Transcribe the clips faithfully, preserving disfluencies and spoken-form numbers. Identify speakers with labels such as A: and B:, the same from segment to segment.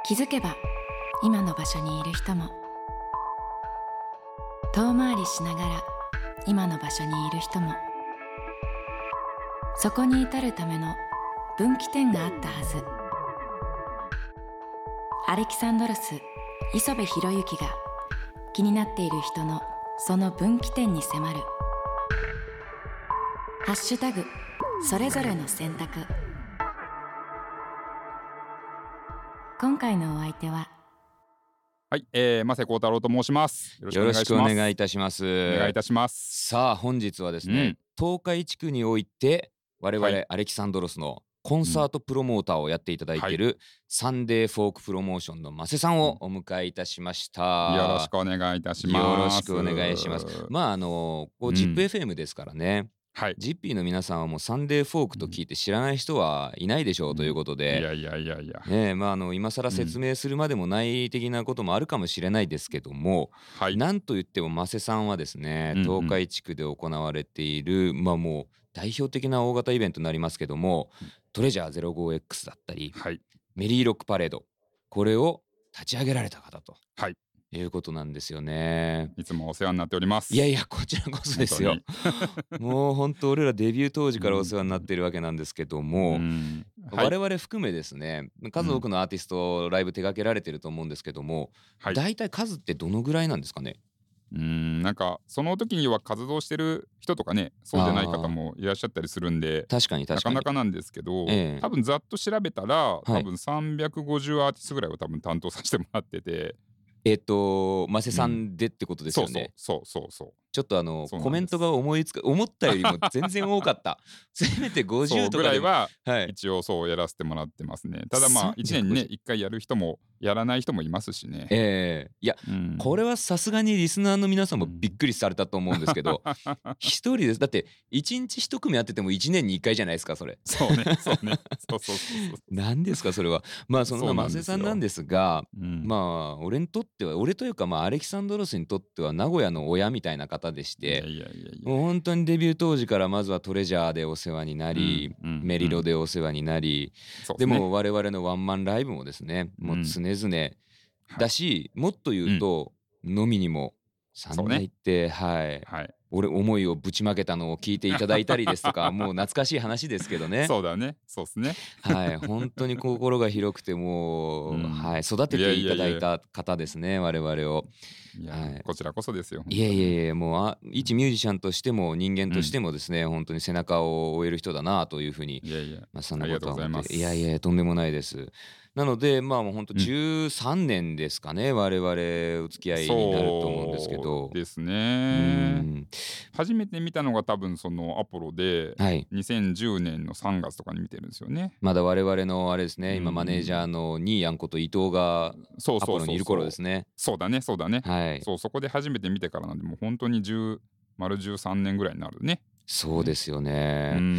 A: 気づけば今の場所にいる人も、遠回りしながら今の場所にいる人も、そこに至るための分岐点があったはず。アレキサンドロス磯部博之が気になっている人のその分岐点に迫る。ハッシュタグそれぞれの選択。今回のお相手は
B: はい、えー、マセコウタロウと申します。よろしくお願いします。
C: よろしくお願いいたします。
B: お願いいたします。
C: さあ本日はですね、うん、東海地区において我々、はい、アレキサンドロスのコンサートプロモーターをやっていただいている、うんはい、サンデーフォークプロモーションのマセさんをお迎えいたしました。
B: よろしくお願いいたします。
C: よろしくお願いします。まああのこう ジップエフエム ですからね、はい、ジッピーの皆さんはもうサンデーフォークと聞いて知らない人はいないでしょうということで、
B: うん、いやいやいやいや、
C: ね、まあ、あの今更説明するまでもない的なこともあるかもしれないですけども、うん、なんといってもマセさんはですね、うんうん、東海地区で行われている、まあ、もう代表的な大型イベントになりますけども、うん、トレジャー ゼロごエックス だったり、はい、メリーロックパレード、これを立ち上げられた方と、はい、いうことなんですよね。
B: いつもお世話になっております。
C: いやいやこちらこそですよもう本当俺らデビュー当時からお世話になっているわけなんですけども、うんはい、我々含めですね、数多くのアーティストライブ手掛けられてると思うんですけども、うん、だいたい数ってどのぐらいなんですかね。
B: うーんなんかその時には活動してる人とかね、そうじゃない方もいらっしゃったりするんで、
C: 確かに確かに
B: なかなかなんですけど、ええ、多分ざっと調べたら多分さんびゃくごじゅうアーティストぐらいを多分担当させてもらってて、
C: えっとマセさんでってことですよね。
B: うん、そうそうそうそう。
C: ちょっとあのコメントが思いつか思ったよりも全然多かったせめてごじゅうとかでも
B: ぐらいは一応そうやらせてもらってますね。ただまあいちねんにねいっかいやる人もやらない人もいますしね。
C: ええー、いや、うん、これはさすがにリスナーの皆さんもびっくりされたと思うんですけど、一人です。だって一日一組やっててもいちねんにいっかいじゃないですかそれ。
B: そうねそうねそうそうそうそう。
C: 何ですかそれは。まあそのマセさんなんですが、うん、まあ俺にとっては俺というかまあアレキサンドロスにとっては名古屋の親みたいな方でして、いやいやいやいや、もう本当にデビュー当時からまずはトレジャーでお世話になり、うんうん、メリロでお世話になり、うん、でも我々のワンマンライブもですね、もう常々だし、もっと言うと、うん、飲みにもさんだい行って、はい、はい、俺思いをぶちまけたのを聞いていただいたりですとかもう懐かしい話ですけどね。
B: そうだね、そうですね。
C: はい、本当に心が広くてもう、うん、はい、育てていただいた方ですね、我々を。
B: いや、はい、こちらこそですよ。
C: いやいやいや、もうあ一ミュージシャンとしても人間としてもですね、うん、本当に背中を追える人だなというふうに、
B: いやいや、
C: まあ、そんなことは思って、いやいやとんでもないです。なのでまあもう本当じゅうさんねんですかね、うん、我々お付き合いになると思うんですけど。
B: そうですね、うん、初めて見たのが多分そのアポロで、はい、にせんじゅうねんのさんがつとかに見てるんですよね。
C: まだ我々のあれですね、今マネージャーのニーヤンこと伊藤がアポロにいる頃ですね。
B: そうだねそうだね、
C: はい、
B: そうそこで初めて見てからなんでもう本当にじゅう丸じゅうさんねんぐらいになるね。
C: そうですよね、うん、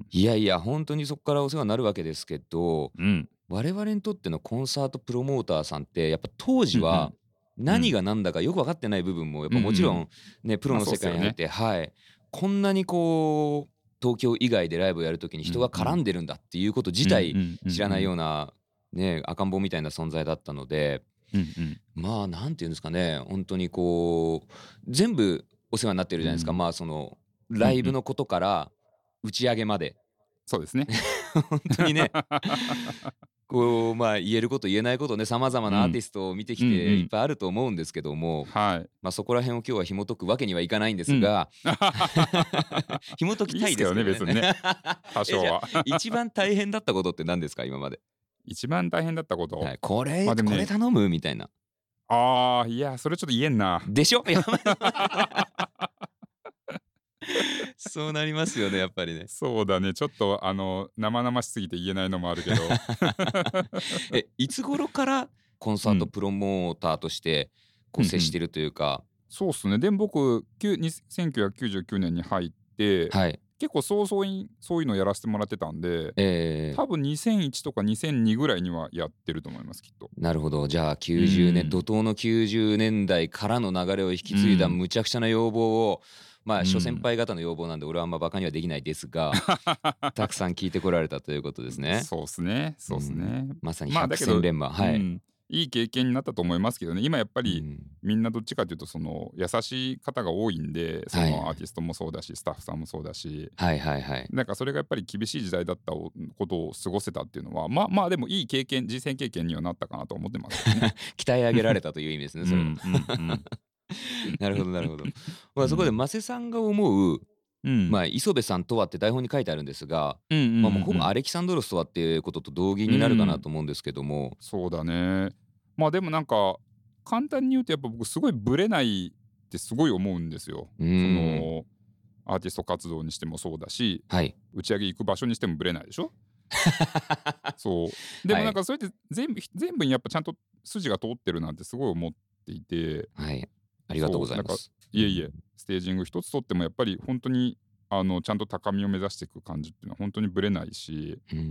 C: いやいや本当にそこからお世話になるわけですけど、うん、我々にとってのコンサートプロモーターさんってやっぱ当時は何が何だかよく分かってない部分もやっぱもちろんね、プロの世界に入って、はい、こんなにこう東京以外でライブをやるときに人が絡んでるんだっていうこと自体知らないようなね赤ん坊みたいな存在だったので、うんうん、まあなんていうんですかね、本当にこう全部お世話になってるじゃないですか、うん、まあそのライブのことから打ち上げまで、
B: そうですね
C: 本当にねこうまあ言えること言えないことね、さまざまなアーティストを見てきていっぱいあると思うんですけども、まあそこら辺を今日は紐解くわけにはいかないんですが、うん、紐解きたいですけどね。いいですよね別にね
B: 多少は
C: 一番大変だったことって何ですか今まで。
B: 一番大変だったこと、
C: はい、これ、まあね、これ頼むみたいな。
B: あーいやそれちょっと言えんな
C: でしょそうなりますよねやっぱりね。
B: そうだね、ちょっとあの生々しすぎて言えないのもあるけど
C: えいつ頃からコンサートプロモーターとしてこう接してるというか、うんうん、
B: そうっすね。でも僕せんきゅうひゃくきゅうじゅうきゅうねんに入って、はい、結構早々にそういうのやらせてもらってたんで、えー、多分にせんいちとかにせんにぐらいにはやってると思いますきっと。
C: なるほど。じゃあきゅうじゅうねん、うん、怒涛のきゅうじゅうねんだいからの流れを引き継いだむちゃくちゃな要望をまあ諸先輩方の要望なんで俺はあんまバカにはできないですが、たくさん聞いてこられたということですね。
B: そうですねそうですね、
C: うん、まさに百戦錬磨、はい、うん、
B: いい経験になったと思いますけどね。今やっぱり、うん、みんなどっちかというとその優しい方が多いんで、そのアーティストもそうだし、はい、スタッフさんもそうだし、
C: はいはいはい、
B: なんかそれがやっぱり厳しい時代だったことを過ごせたっていうのはまあまあでもいい経験、人生経験にはなったかなと思ってますよね。
C: 鍛え上げられたという意味ですねそれは。なるほどなるほど。まあそこでマセさんが思う、うん、まあ磯部さんとはって台本に書いてあるんですが、まあもうほぼアレキサンドロスとはっていうことと同義になるかなと思うんですけども、うん、
B: そうだね。まあでもなんか簡単に言うとやっぱ僕すごいブレないってすごい思うんですよ。そのアーティスト活動にしてもそうだし、はい、打ち上げ行く場所にしてもブレないでしょ。そうでもなんかそれって全部全部にやっぱちゃんと筋が通ってるなんてすごい思っていて、
C: はい、ありがとうございます。
B: いえいえ、ステージング一つとってもやっぱり本当にあのちゃんと高みを目指していく感じっていうのは本当にブレないし、うん、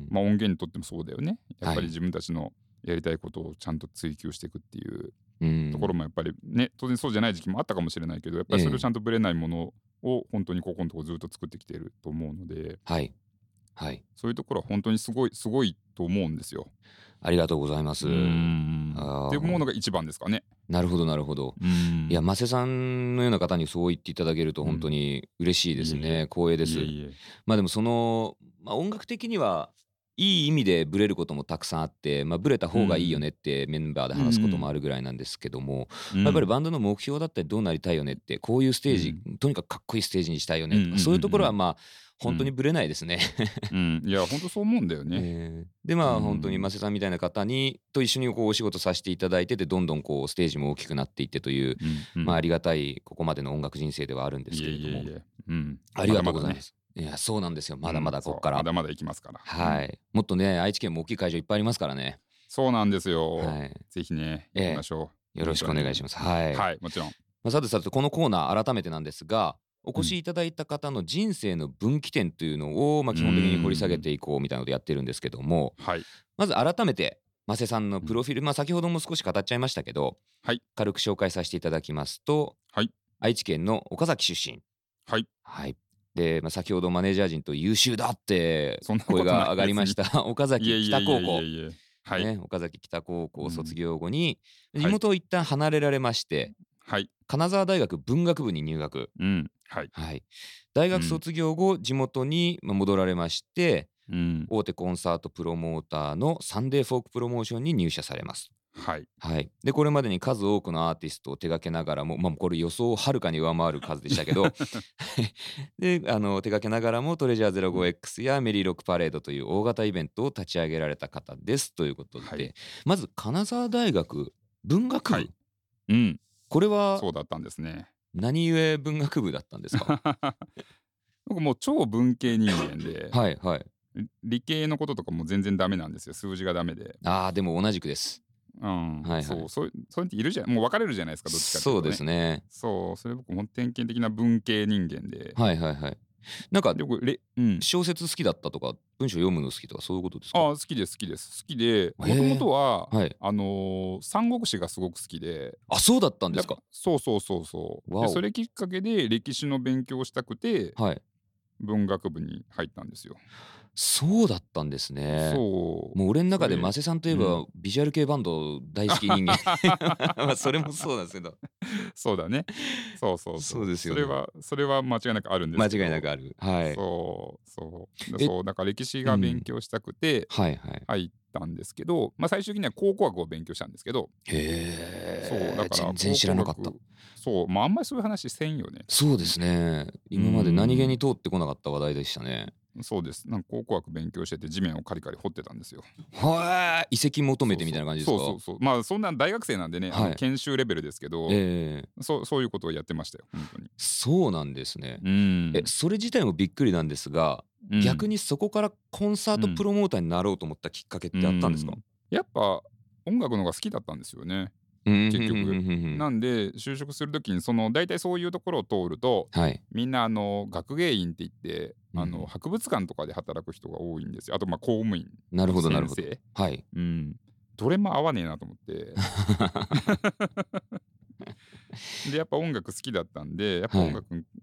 B: まあ音源にとってもそうだよね。やっぱり自分たちのやりたいことをちゃんと追求していくっていうところもやっぱりね、当然そうじゃない時期もあったかもしれないけど、やっぱりそれをちゃんとブレないものを本当にここのところずっと作ってきていると思うので、
C: はいはい、
B: そういうところは本当にすごいすごいと思うんですよ。
C: ありがとうございます。うん
B: って思うのが一番ですかね。
C: なるほどなるほど。いやマセさんのような方にそう言っていただけると本当に嬉しいですね、うん、いえいえ光栄です。いえいえ、まあでもその、まあ、音楽的にはいい意味でブレることもたくさんあって、まあ、ブレた方がいいよねってメンバーで話すこともあるぐらいなんですけども、うん、やっぱりバンドの目標だったりどうなりたいよねって、こういうステージ、うん、とにかくかっこいいステージにしたいよねとか、そういうところはまあ本当にブレないですね。
B: うん、いや本当そう思うんだよね。
C: えー、でまあ、うん、本当にマセさんみたいな方にと一緒にこうお仕事させていただいてて、どんどんこうステージも大きくなっていってという、うんうん、まあありがたいここまでの音楽人生ではあるんですけれども、いえいえいえ、うん、ありがとうございます。まだまだね、いやそうなんですよ、まだまだここから、
B: うん、まだまだ行きますから、
C: はい、うん、もっとね愛知県も大きい会場いっぱいありますからね。
B: そうなんですよ、はい、ぜひね行きましょう、
C: えー、よろしくお願いします。はい、
B: はい、もちろん。
C: まあ、さてさてこのコーナー改めてなんですが、お越しいただいた方の人生の分岐点というのを、まあ、基本的に掘り下げていこうみたいなことやってるんですけども、はい、まず改めてマセさんのプロフィール、まあ、先ほども少し語っちゃいましたけど、はい、軽く紹介させていただきますと、はい、愛知県の岡崎出身、はいはい、で、まあ、先ほどマネージャー陣と優秀だって声が上がりました岡崎北高校、ね、岡崎北高校卒業後に地元を一旦離れられまして、はい、金沢大学文学部に入学、うんはいはい、大学卒業後、うん、地元に戻られまして、うん、大手コンサートプロモーターのサンデーフォークプロモーションに入社されます。はいはい、でこれまでに数多くのアーティストを手掛けながらも、まあ、これ予想をはるかに上回る数でしたけどであの手掛けながらもトレジャー ゼロごエックス やメリーロックパレードという大型イベントを立ち上げられた方ですということで、はい、まず金沢大学文学部、はい、うん、これは
B: そうだったんですね。
C: 何故文学部だったんですか？
B: 僕もう超文系人間で
C: はいはい
B: 理系のこととかも全然ダメなんですよ。数字がダメで。
C: ああでも同じくです。
B: うん、はいはい、そうそうそういうっているじゃん。もう分かれるじゃないですか、どっちかっていうと、ね、
C: そうですね。
B: そうそれ僕も典型的な文系人間で、
C: はいはいはい。なんかうん、小説好きだったとか文章読むの好きとかそういうことですか？
B: あ好きです好きです好きで、もともとは、はい、あのー、三国志がすごく好きで。
C: あそうだったんですか？
B: そうそうそうそうでそれきっかけで歴史の勉強をしたくて、はい、文学部に入ったんですよ。
C: そうだったんですね。そうもう俺の中でマセさんといえば、うん、ビジュアル系バンド大好き人間まあそれもそうなんですけど
B: そうだねそうそうそうそうですよね。それはそれは間違いなくあるんですけど、
C: 間違いなくある、はい、
B: そうそうそうだから歴史が勉強したくて入ったんですけど、うんはいはい、まあ最終的には考古学を勉強したんですけど、へ
C: えそうだから全然知らなかった。
B: そうまああんまりそういう話せんよね。
C: そうですね、今まで何気に通ってこなかった話題でしたね。
B: そうです。なんか考古学勉強してて地面をカリカリ掘ってたんですよ。
C: はい、遺跡求めてみたいな感じですか？
B: そうそうそう。まあそんな大学生なんでね、はい、あの研修レベルですけど、えー、そうそういうことをやってましたよ本当に。
C: そうなんですね。うんえそれ自体もびっくりなんですが、うん、逆にそこからコンサートプロモーターになろうと思ったきっかけってあったんですか？うん、
B: やっぱ音楽の方が好きだったんですよね。結局なんで就職するときにその大体そういうところを通ると、はい、みんなあの学芸員って言ってあの、うん、博物館とかで働く人が多いんですよ。あとまあ公務員先生。
C: なるほどなるほど。はい、
B: うん、どれも合わねえなと思ってでやっぱ音楽好きだったんでやっぱ音楽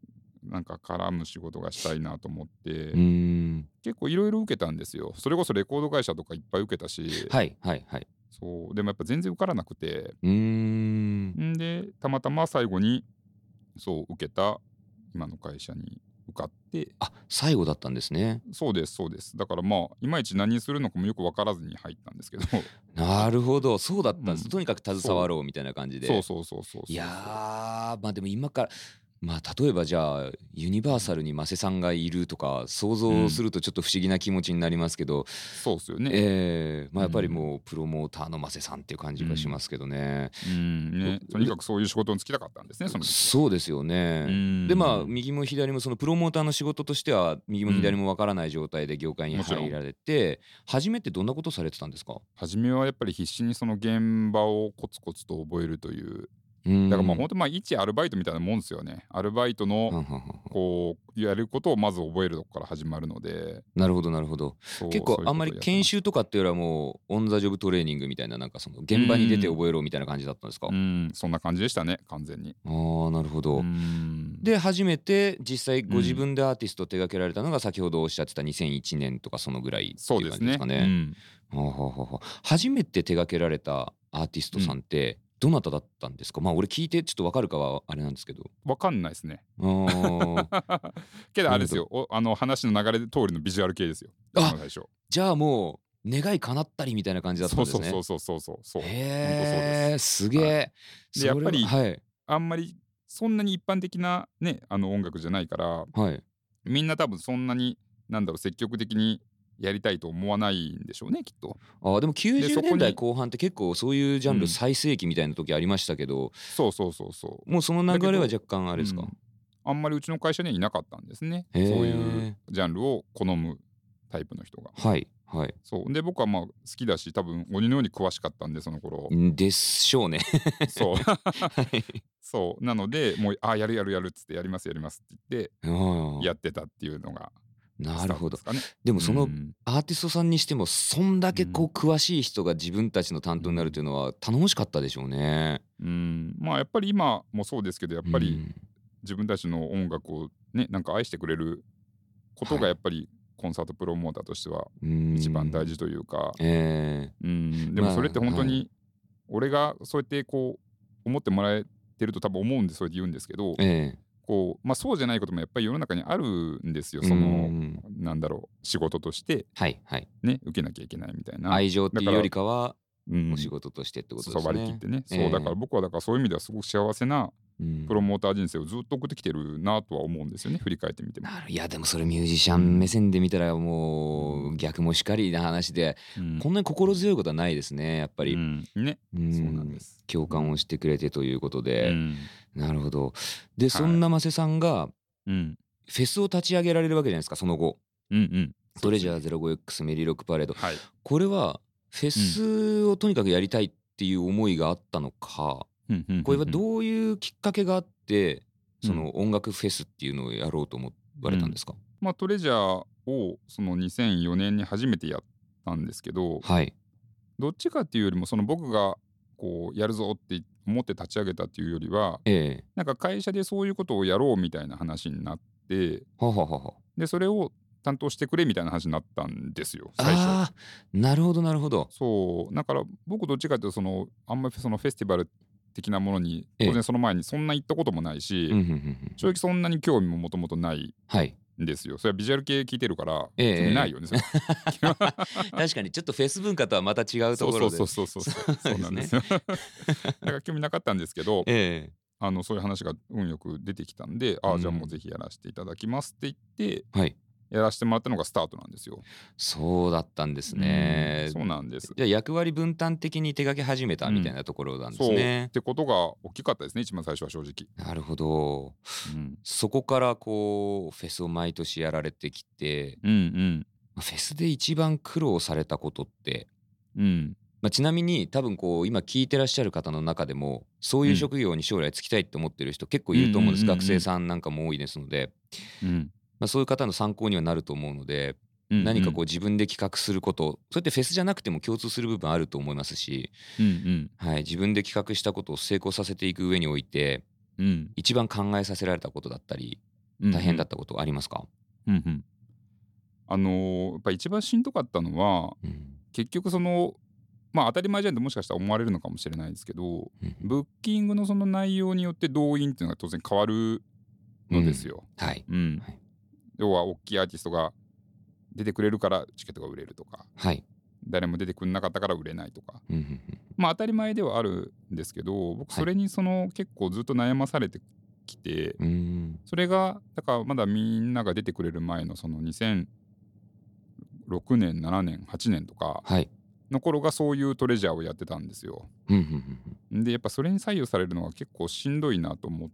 B: なんか絡む仕事がしたいなと思って、うーん結構いろいろ受けたんですよ。それこそレコード会社とかいっぱい受けたし、
C: はいはいはい。
B: そうでもやっぱ全然受からなくて、
C: うーん
B: んでたまたま最後にそう受けた今の会社に受かって。
C: あ、最後だったんですね。
B: そうですそうです。だからまあいまいち何するのかもよく分からずに入ったんですけど
C: なるほど、そうだったんです、
B: うん、
C: とにかく携わろうみたいな感じで。
B: そうそうそうそうそうそう。
C: いやー、まあでも今からまあ例えばじゃあユニバーサルにマセさんがいるとか想像するとちょっと不思議な気持ちになりますけど、
B: そうっすよね。
C: えー、まあやっぱりもうプロモーターのマセさんっていう感じがしますけどね。
B: うん、うんね、とにかくそういう仕事に就きたかったんですね、その時は。
C: そうですよね。でまあ右も左もそのプロモーターの仕事としては右も左もわからない状態で業界に入られて、初めてどんなことされてたんですか？
B: 初めはやっぱり必死にその現場をコツコツと覚えるという。だからまあ本当まあ一アルバイトみたいなもんですよね。アルバイトのこうやることをまず覚えるとこから始まるので。
C: なるほどなるほど。結構あんまり研修とかっていうよりはもうオンザジョブトレーニングみたいな、なんかその現場に出て覚えろみたいな感じだったんですか？
B: うん、そんな感じでしたね、完全に。
C: ああ、なるほど。で初めて実際ご自分でアーティストを手掛けられたのが先ほどおっしゃってたにせんいちねんとかそのぐらいっていう感じですかね。初めて手掛けられたアーティストさんってどなただったんですか？まあ俺聞いてちょっと分かるかはあれなんですけど。
B: 分かんないですね。けどあれですよ、おあの話の流れ通りのビジュアル系ですよ。
C: あ、じゃあもう願い叶ったりみたいな感じだったんですね。
B: そうそうそうそうそうそう。
C: へえ、すげえ。
B: でやっぱりあんまりそんなに一般的なねあの音楽じゃないから、みんな多分そんなになんだろう積極的にやりたいと思わないんでしょうね、きっと。
C: あでもきゅうじゅうねんだいこう半って結構そういうジャンル最盛期みたいな時ありましたけど、うん、
B: そうそうそうそう。
C: もうその流れは若干あれですか？
B: うん、あんまりうちの会社にはいなかったんですね、そういうジャンルを好むタイプの人が。
C: はいはい。
B: そうで僕はまあ好きだし多分鬼のように詳しかったんでその頃。
C: でしょうね。
B: そう、はい、そうなのでもうあやるやるやるっつってやりますやりますって言ってやってたっていうのが。
C: なるほど。でもそのアーティストさんにしてもそんだけこう詳しい人が自分たちの担当になるというのは頼もしかったでしょうね。
B: うん、まあやっぱり今もそうですけどやっぱり自分たちの音楽をねなんか愛してくれることがやっぱりコンサートプロモーターとしては一番大事というか、えー、うんでもそれって本当に俺がそうやってこう思ってもらえてると多分思うんでそれで言うんですけど。えーこうまあ、そうじゃないこともやっぱり世の中にあるんですよ。そのなんだろう仕事として、
C: はいはい
B: ね、受けなきゃいけないみたいな
C: 愛情っていうよりかはお仕事としてってことですね。
B: そう割り切ってね、えー、そうだから僕はだからそういう意味ではすごく幸せなプロモーター人生をずっと送ってきてるなとは思うんですよね、振り返ってみても。
C: いやでもそれミュージシャン目線で見たらもう逆もしかりな話で、うん、こんなに心強いことはないですねやっぱり、うん、
B: ね、うん、そうなんです。
C: 共感をしてくれてということで、うん、なるほど。でそんなマセさんがフェスを立ち上げられるわけじゃないですかその後。うんうん、トレジャー ゼロごエックス メリーロックパレード、はい、これはフェスをとにかくやりたいっていう思いがあったのか、これはどういうきっかけがあってその音楽フェスっていうのをやろうと思われたんですか？うん、
B: まあ、トレジャーをそのにせんよねんに初めてやったんですけど、はい、どっちかっていうよりもその僕がこうやるぞって思って立ち上げたっていうよりは、ええ、なんか会社でそういうことをやろうみたいな話になって、ははははでそれを担当してくれみたいな話になったんですよ最初。
C: あーなるほどなるほど。
B: そうだから僕どっちかっていうとそのあんまりそのフェスティバル的なものに当然その前にそんな行ったこともないし、正直そんなに興味ももともとないんですよ。それはビジュアル系聞いてるから興味ないよね。
C: 確かにちょっとフェス文化とはまた違うところで。
B: そうそうそうそうそうなんですよ。だから興味なかったんですけど、ええ、あのそういう話が運よく出てきたんで、ああじゃあもうぜひやらせていただきますって言って、はい、やらせてもらったのがスタートなんですよ。
C: そうだったんですね。
B: うん、そうなんです。
C: じゃあ役割分担的に手掛け始めたみたいなところなんですね。うん、
B: そうってことが大きかったですね一番最初は正直。
C: なるほど。うん、そこからこうフェスを毎年やられてきて、うんうん、フェスで一番苦労されたことって、うんまあ、ちなみに多分こう今聞いてらっしゃる方の中でもそういう職業に将来就きたいって思ってる人結構いると思うんです。学生さんなんかも多いですので。うんまあ、そういう方の参考にはなると思うので、うんうん、何かこう自分で企画することそうやってフェスじゃなくても共通する部分あると思いますし、うんうんはい、自分で企画したことを成功させていく上において、うん、一番考えさせられたことだったり大変だったことありますか？
B: うんうん、あのー、やっぱ一番しんどかったのは、うん、結局そのまあ当たり前じゃんってもしかしたら思われるのかもしれないですけど、うん、ブッキングのその内容によって動員っていうのが当然変わるのですよ。
C: うん、はい、
B: うん
C: はい、
B: 要は大きいアーティストが出てくれるからチケットが売れるとか、
C: はい、
B: 誰も出てくれなかったから売れないとか、
C: うん、
B: まあ当たり前ではあるんですけど、僕それにその結構ずっと悩まされてきて、
C: はい、
B: それがだからまだみんなが出てくれる前のそのにせんろくねんななねんはちねんとかの頃がそういうトレジャーをやってたんですよ。でやっぱそれに左右されるのは結構しんどいなと思って、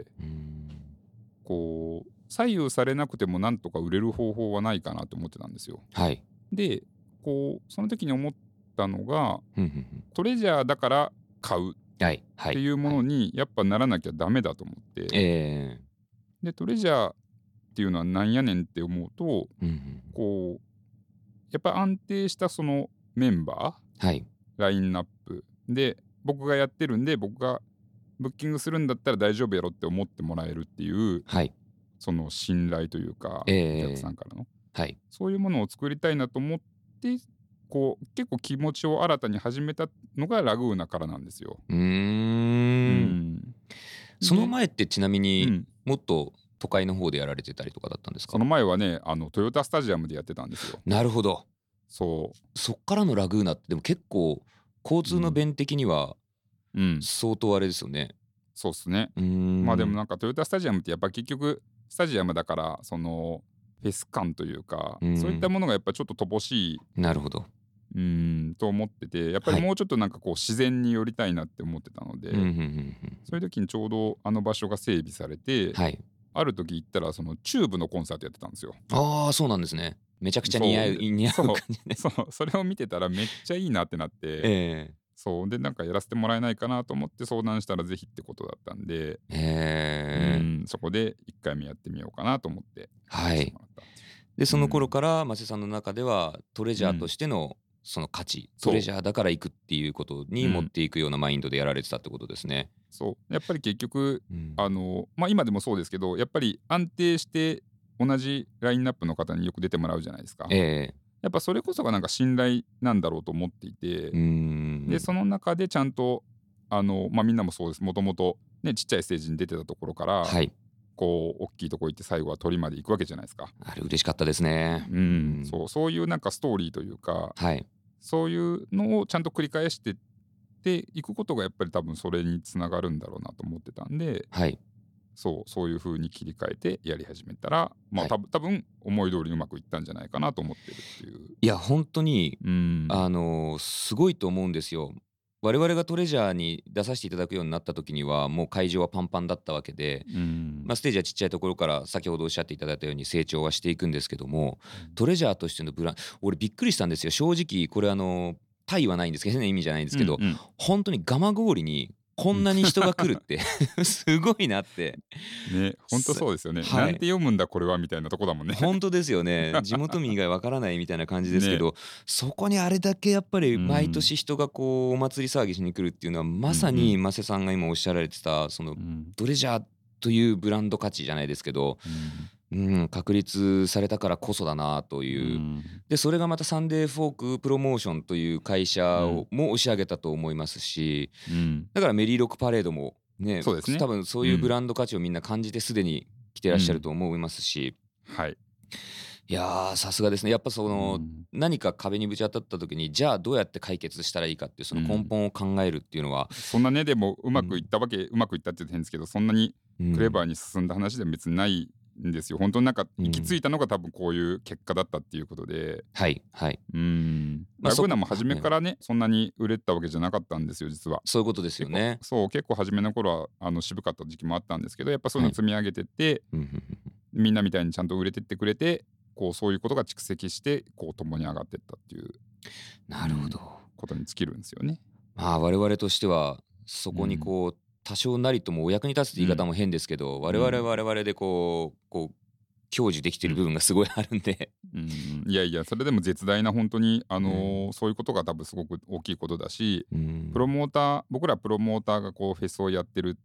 B: こう左右されなくてもなんとか売れる方法はないかなと思ってたんですよ。
C: はい、
B: でこうその時に思ったのがトレジャーだから買うっていうものにやっぱならなきゃダメだと思って、
C: え
B: ー、でトレジャーっていうのはなんやねんって思うと、
C: うんうん、
B: こうやっぱ安定したそのメンバ
C: ー、はい、
B: ラインナップで僕がやってるんで僕がブッキングするんだったら大丈夫やろって思ってもらえるっていう、
C: はい、
B: その信頼というか、
C: えー、
B: お客さんからの、
C: はい、
B: そういうものを作りたいなと思ってこう結構気持ちを新たに始めたのがラグーナからなんですよ。
C: うーん、うん、その前ってちなみに、うん、もっと都会の方でやられてたりとかだったんですか？
B: その前はねあのトヨタスタジアムでやってたんですよ。
C: なるほど。
B: そう
C: そっからのラグーナってでも結構交通の便的には相当あれですよね。うん、
B: そうっすね。まあでもなんかトヨタスタジアムってやっぱ結局スタジアムだからそのフェス感というか、うん、そういったものがやっぱちょっと乏しい。
C: なるほど。
B: うーんと思っててやっぱりもうちょっとなんかこう自然に寄りたいなって思ってたので、はい、そういう時にちょうどあの場所が整備されて、はい、ある時行ったらそのチューブのコンサートやってたんですよ。
C: ああそうなんですね。めちゃくちゃ似合う似合う感じね。
B: そうそうそれを見てたらめっちゃいいなってなって、えー、そうでなんかやらせてもらえないかなと思って相談したらぜひってことだったんで、えー、うんそこでいっかいめやってみようかなと思って
C: はい。でその頃からマセさんの中ではトレジャーとしてのその価値、うん、トレジャーだから行くっていうことに持っていくようなマインドでやられてたってことですね。
B: うん、そうやっぱり結局、うん、あのまあ今でもそうですけどやっぱり安定して同じラインナップの方によく出てもらうじゃないですか。えー、やっぱそれこそがなんか信頼なんだろうと思っていて、うーんでその中でちゃんとあの、まあ、みんなもそうですもともとねちっちゃいステージに出てたところから、はい、こう大きいとこ行って最後は鳥まで行くわけじゃないですか。
C: あれ嬉しかったですね。
B: うん、うん、そうそういうなんかストーリーというか、はい、そういうのをちゃんと繰り返してっていくことがやっぱり多分それにつながるんだろうなと思ってたんで、はい、そうそういう風に切り替えてやり始めたら、まあ、はい、多分思い通りにうまくいったんじゃないかなと思ってるっていう。
C: いや本当に、うん、あのすごいと思うんですよ。我々がトレジャーに出させていただくようになった時にはもう会場はパンパンだったわけで、うんまあ、ステージはちっちゃいところから先ほどおっしゃっていただいたように成長はしていくんですけども、うん、トレジャーとしてのブラン俺びっくりしたんですよ正直。これあの対はないんですけど変な意味じゃないんですけど、うんうん、本当に蒲郡にこんなに人が来るってすごいなって
B: ね本当そうですよね、はい、なんて読むんだこれはみたいなとこだもんね。
C: 本当ですよね地元民以外わからないみたいな感じですけど、ね、そこにあれだけやっぱり毎年人がこうお祭り騒ぎしに来るっていうのはまさにマセさんが今おっしゃられてたそのトレジャーというブランド価値じゃないですけど、うん、うん、確立されたからこそだなという、うん、でそれがまたサンデーフォークプロモーションという会社をも押し上げたと思いますし、うん、だからメリーロックパレードもね、そうですね、多分そういうブランド価値をみんな感じてすでに来てらっしゃると思いますし、
B: うん、はい、
C: いやーさすがですね。やっぱその、うん、何か壁にぶち当たった時にじゃあどうやって解決したらいいかっていうその根本を考えるっていうのは、
B: うん、そんなねでもうまくいったわけ、うん、うまくいったって言って変ですけどそんなにクレバーに進んだ話では別にないんですよ。本当になんか行き着いたのが多分こういう結果だったっていうことで、
C: うん、はいはい
B: うんラグーナも初めからね、はい、そんなに売れたわけじゃなかったんですよ実は。
C: そういうことですよね。
B: そう結構初めの頃はあの渋かった時期もあったんですけどやっぱそういうの積み上げてって、はい、みんなみたいにちゃんと売れてってくれてこうそういうことが蓄積してこう共に上がっていったっていう
C: なるほど、
B: うん、ことに尽きるんですよね。
C: まあ我々としてはそこにこう、うん、多少なりともお役に立つって言い方も変ですけど、うん、我々は我々でこうこう享受できてる部分がすごいあるんで、
B: うん、いやいやそれでも絶大な本当にあのーうん、そういうことが多分すごく大きいことだし、うん、プロモーター僕らプロモーターがこうフェスをやってる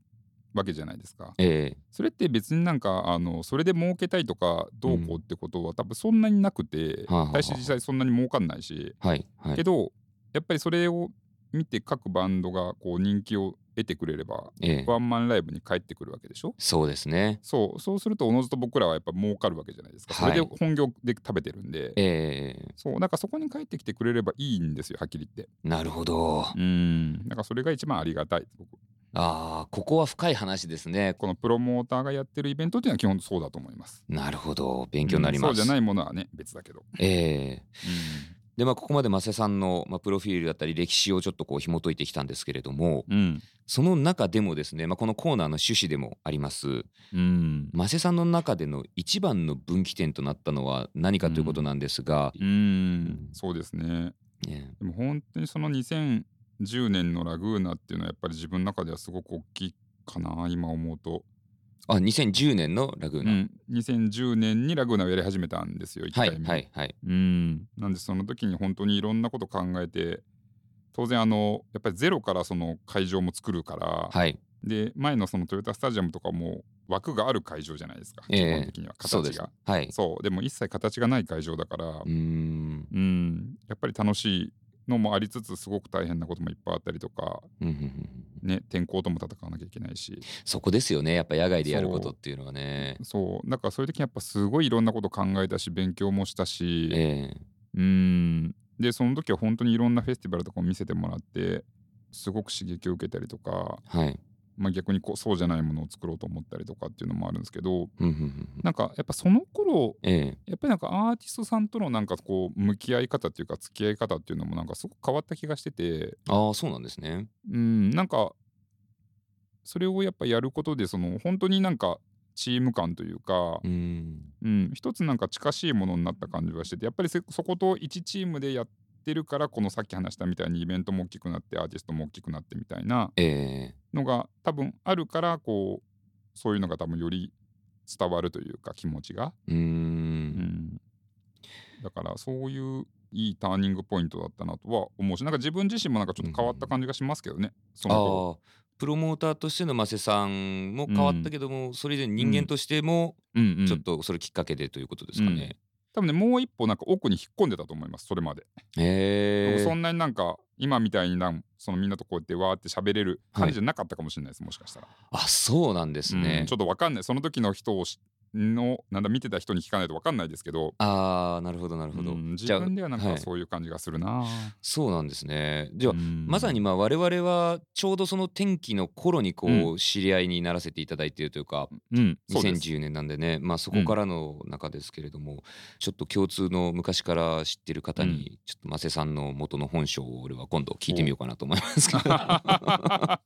B: わけじゃないですか、
C: えー、
B: それって別になんかあのそれで儲けたいとかどうこうってことは多分そんなになくて、うん、大して実際そんなに儲かんないし、
C: はいはい、
B: けどやっぱりそれを見て各バンドがこう人気を得てくれれば、ええ、ワンマンライブに帰ってくるわけでしょ。
C: そうですね。
B: そうそうするとおのずと僕らはやっぱ儲かるわけじゃないですか、はい、それで本業で食べてるんで、
C: ええ、
B: そうなんかそこに帰ってきてくれればいいんですよ、はっきり言って。
C: なるほど。
B: うんなんかそれが一番ありがたい。僕
C: ああ、ここは深い話ですね。
B: このプロモーターがやってるイベントっていうのは基本そうだと思います。
C: なるほど、勉強になります、
B: うん、そうじゃないものはね別だけど。
C: ええ、うん、でまあここまでマセさんの、まあ、プロフィールだったり歴史をちょっとこう紐解いてきたんですけれども、うん、その中でもですね、まあ、このコーナーの趣旨でもあります、うん、マセさんの中での一番の分岐点となったのは何かということなんですが、
B: うん、うんそうですね、ね、でも本当にそのにせんじゅうねんのラグーナっていうのはやっぱり自分の中ではすごく大きいかな今思うと。
C: あ、にせんじゅうねんのラグーナ、うん、
B: にせんじゅうねんにラグーナをやり始めたんですよ、いっかいめ。
C: はいはいはい、
B: うんなんでその時に本当にいろんなこと考えて、当然あのやっぱりゼロからその会場も作るから、はい、で前のそのトヨタスタジアムとかも枠がある会場じゃないですか、えー、基本的には形が。そうです、はい、そうでも一切形がない会場だから、うーんうんやっぱり楽しいのもありつつすごく大変なこともいっぱいあったりとか、ね、天候とも戦わなきゃいけないし、
C: そこですよねやっぱ野外でやることっていうのはね。
B: そうだからそういう時にやっぱすごいいろんなこと考えたし勉強もしたし、えー、うんでその時は本当にいろんなフェスティバルとかを見せてもらってすごく刺激を受けたりとか、はいまあ、逆にこうそうじゃないものを作ろうと思ったりとかっていうのもあるんですけど、なんかやっぱその頃、ええ、やっぱりなんかアーティストさんとのなんかこう向き合い方っていうか付き合い方っていうのもなんかすごく変わった気がしてて。
C: ああそうなんですね。
B: うんなんかそれをやっぱやることでその本当になんかチーム感というか、うん、うん、一つなんか近しいものになった感じがしてて、やっぱりそこといちチームでやってるからこのさっき話したみたいにイベントも大きくなってアーティストも大きくなってみたいなのが多分あるから、こうそういうのが多分より伝わるというか気持ちが、うん、うん、だからそういういいターニングポイントだったなとは思うし、なんか自分自身もなんかちょっと変わった感じがしますけどね、その頃。
C: あプロモーターとしてのマセさんも変わったけども、うん、それ以前人間としてもちょっとそれきっかけでということですかね。うんうん、
B: 多分ねもう一歩なんか奥に引っ込んでたと思います、それまで。へー、そんなになんか今みたいになんそのみんなとこうやってわーって喋れる感じじゃなかったかもしれないです、はい、もしかしたら。
C: あそうなんですね、
B: うん、ちょっとわかんない、その時の人をのなんだ見てた人に聞かないと分かんないですけど、
C: あーなるほどなるほど、うん、
B: 自分ではなんかそういう感じがするな、はい、
C: そうなんですね。じゃあまさにまあ我々はちょうどその転機の頃にこう、うん、知り合いにならせていただいているというか、うん、にせんじゅうねんなんでね、まあそこからの中ですけれども、うん、ちょっと共通の昔から知ってる方に、うん、ちょっとマセさんの元の本性を俺は今度聞いてみようかなと思いますけどまあまあ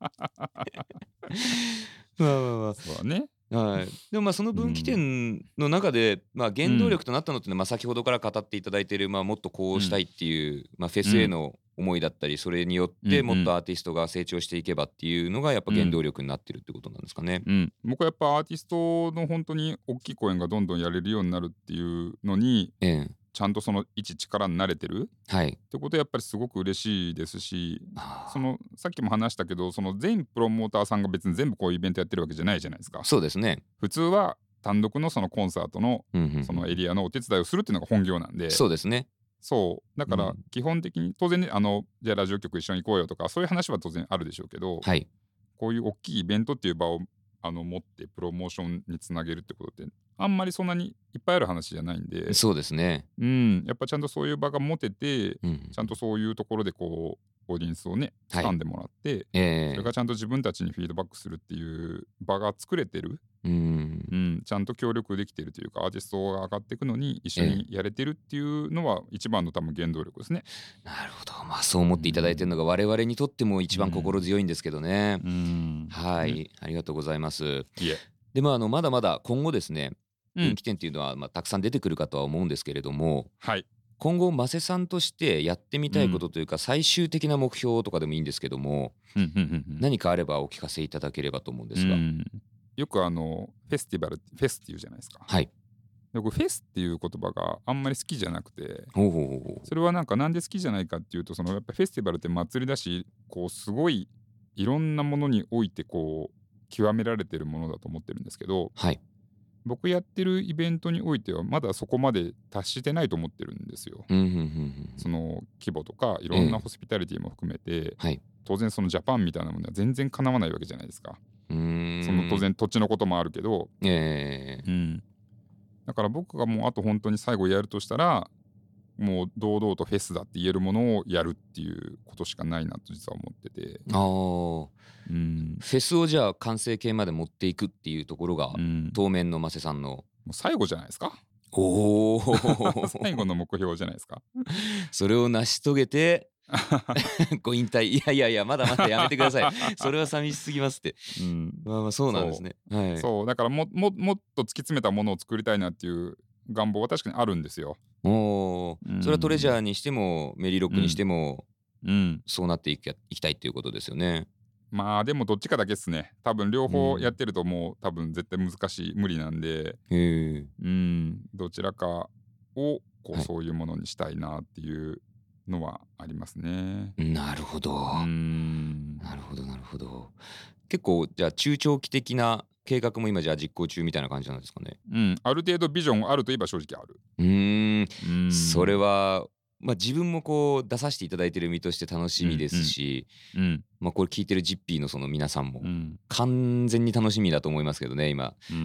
C: まあ
B: そうね、
C: はい、でもまあその分岐点の中で、まあ、原動力となったのっていうのは、まあ先ほどから語っていただいている、まあ、もっとこうしたいっていう、まあ、フェスへの思いだったり、それによってもっとアーティストが成長していけばっていうのがやっぱ原動力になってるってことなんですかね。
B: うんうん、僕はやっぱアーティストの本当に大きい公演がどんどんやれるようになるっていうのに、ええ、ちゃんとその一力になれてる、はい、ってことはやっぱりすごく嬉しいですし、そのさっきも話したけどその全プロモーターさんが別に全部こういうイベントやってるわけじゃないじゃないですか。
C: そうですね。
B: 普通は単独のそのコンサートのそのエリアのお手伝いをするっていうのが本業なんで、
C: そうですね。
B: そうだから基本的に当然ね、あのじゃあラジオ局一緒に行こうよとかそういう話は当然あるでしょうけど、はい、こういう大きいイベントっていう場をあの持ってプロモーションにつなげるってことってあんまりそんなにいっぱいある話じゃないんで。
C: そうですね。
B: うんやっぱちゃんとそういう場が持てて、うん、ちゃんとそういうところでこうオーディエンスをね掴んでもらって、はいえー、それがちゃんと自分たちにフィードバックするっていう場が作れてる、うんうん、ちゃんと協力できてるというかアーティストが上がっていくのに一緒にやれてるっていうのは一番の多分原動力ですね。
C: なるほど、まあそう思っていただいてるのが我々にとっても一番心強いんですけどね。うん、はい、うん、ありがとうございます。いえでもあのまだまだ今後ですね分岐点っていうのはまあたくさん出てくるかとは思うんですけれども、はい、今後マセさんとしてやってみたいことというか、うん、最終的な目標とかでもいいんですけども、何かあればお聞かせいただければと思うんですが、うん、
B: よくあのフェスティバルフェスっていうじゃないですか。はい、僕フェスっていう言葉があんまり好きじゃなくて、ほうほうほうそれはなんかなんで好きじゃないかっていうと、そのやっぱフェスティバルって祭りだしこうすごいいろんなものにおいてこう極められてるものだと思ってるんですけど、
C: はい、
B: 僕やってるイベントにおいてはまだそこまで達してないと思ってるんですよ。
C: うんうんうんうん、
B: その規模とかいろんなホスピタリティも含めて、えーはい、当然そのジャパンみたいなものは全然かなわないわけじゃないですか。うーん、その当然土地のこともあるけど、えーうん、だから僕がもうあと本当に最後やるとしたらもう堂々とフェスだって言えるものをやるっていうことしかないなと実は思ってて、
C: あ、うん、フェスをじゃあ完成形まで持っていくっていうところが、うん、当面のマセさんのも
B: う最後じゃないですか。
C: お
B: 最後の目標じゃないですか。
C: それを成し遂げてご引退、いやいやいやまだまだやめてくださいそれは寂しすぎますって、うん、まあまあそうなんですね。
B: そう、はい、そうだから も, も, もっと突き詰めたものを作りたいなっていう願望は確かにあるんですよ。
C: お、うん、それはトレジャーにしてもメリーロックにしても、うん、そうなっていきたいっていうことですよね。
B: まあでもどっちかだけっすね。多分両方やってるともう多分絶対難しい無理なんで、へ、うん、どちらかをこうそういうものにしたいなっていうのはありますね。
C: なるほど、うん、なるほどなるほど。結構じゃあ中長期的な計画も今じゃあ実行中みたいな感じなんですかね。
B: うん、ある程度ビジョンあるといえば正直ある。
C: うーん、それはまあ自分もこう出させていただいてる身として楽しみですし、うんうん、まあこれ聞いてるジッピーのその皆さんも完全に楽しみだと思いますけどね今、うん、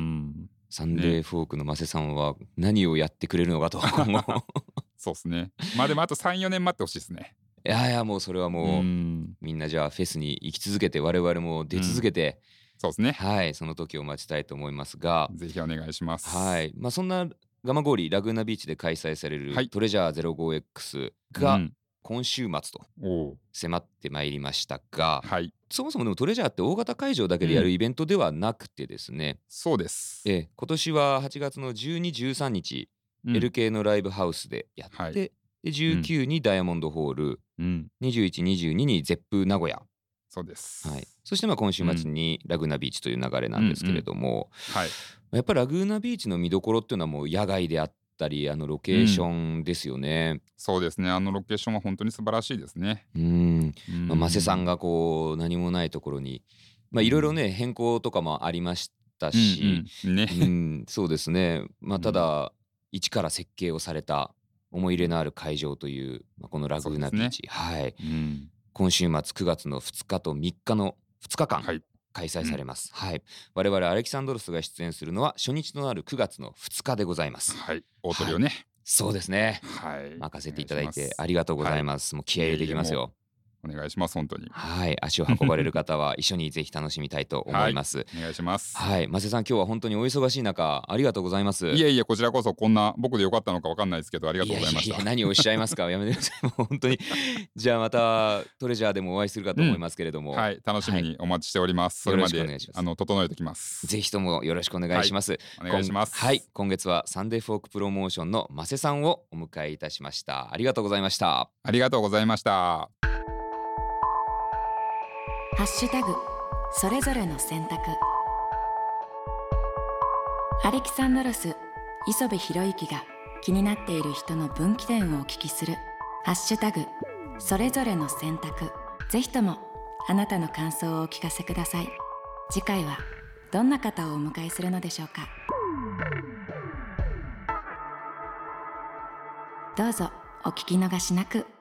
C: サンデーフォークのマセさんは何をやってくれるのかと
B: そうですね。まあでもあと さん,よ 年待ってほしいですね。
C: いやいやもうそれはもうみんなじゃあフェスに行き続けて我々も出続けて、
B: うん、そうですね、
C: はい、その時を待ちたいと思いますが、
B: ぜひお願いします。
C: はい、まあそんなガマゴーリラグーナビーチで開催される、はい、トレジャー ゼロごエックス が今週末と迫ってまいりましたが、はい、そもそもでもトレジャーって大型会場だけでやるイベントではなくてですね、うん、
B: そうです。
C: え今年ははちがつのじゅうに、じゅうさんにち、うん、エルケー のライブハウスでやって、はい、でじゅうくにダイヤモンドホール、うん、にじゅういち、にじゅうににゼップ名古屋、
B: そうです、
C: はい、そしてまあ今週末にラグーナビーチという流れなんですけれども、うんうん、はい、やっぱりラグーナビーチの見どころっていうのはもう野外であったりあのロケーションですよね、うん、
B: そうですね、あのロケーションは本当に素晴らしいですね。
C: うん、まあ、マセさんがこう何もないところにまあいろいろね変更とかもありましたし、うんうんねうん、そうですね、まあ、ただ一から設計をされた思い入れのある会場という、まあ、このラグーナビーチ、ね、はい、うん、今週末くがつのふつかとみっかのふつかかん、はい、開催されます、うん、はい、我々アレキサンドロスが出演するのは初日となるくがつのふつかでございます。
B: はい、大トリをね、はい、
C: そうですね、はい、任せていただいてありがとうございます、はい、もう気合い入れていきますよ。
B: お願いします本当に。
C: はい、足を運ばれる方は一緒にぜひ楽しみたいと思います。はい、
B: お願いします。
C: はい、マセさん今日は本当にお忙しい中ありがとうございます。
B: いえいえこちらこそこんな僕でよかったのかわかんないですけどありがとうございました。いやいや
C: 何をおっしゃいますかやめてくださいもう本当にじゃあまたトレジャーでもお会いするかと思いますけれども、うん、
B: はい楽しみにお待ちしております、はい、それまであの整えておきます。
C: ぜひともよろしくお願いします、はい、
B: お願いします。
C: はい、今月はサンデーフォークプロモーションのマセさんをお迎えいたしました。ありがとうございました。
B: ありがとうございました。
A: ハッシュタグそれぞれの選択。アレキサンドロス磯部博之が気になっている人の分岐点をお聞きするハッシュタグそれぞれの選択。ぜひともあなたの感想をお聞かせください。次回はどんな方をお迎えするのでしょうか。どうぞお聞き逃しなく。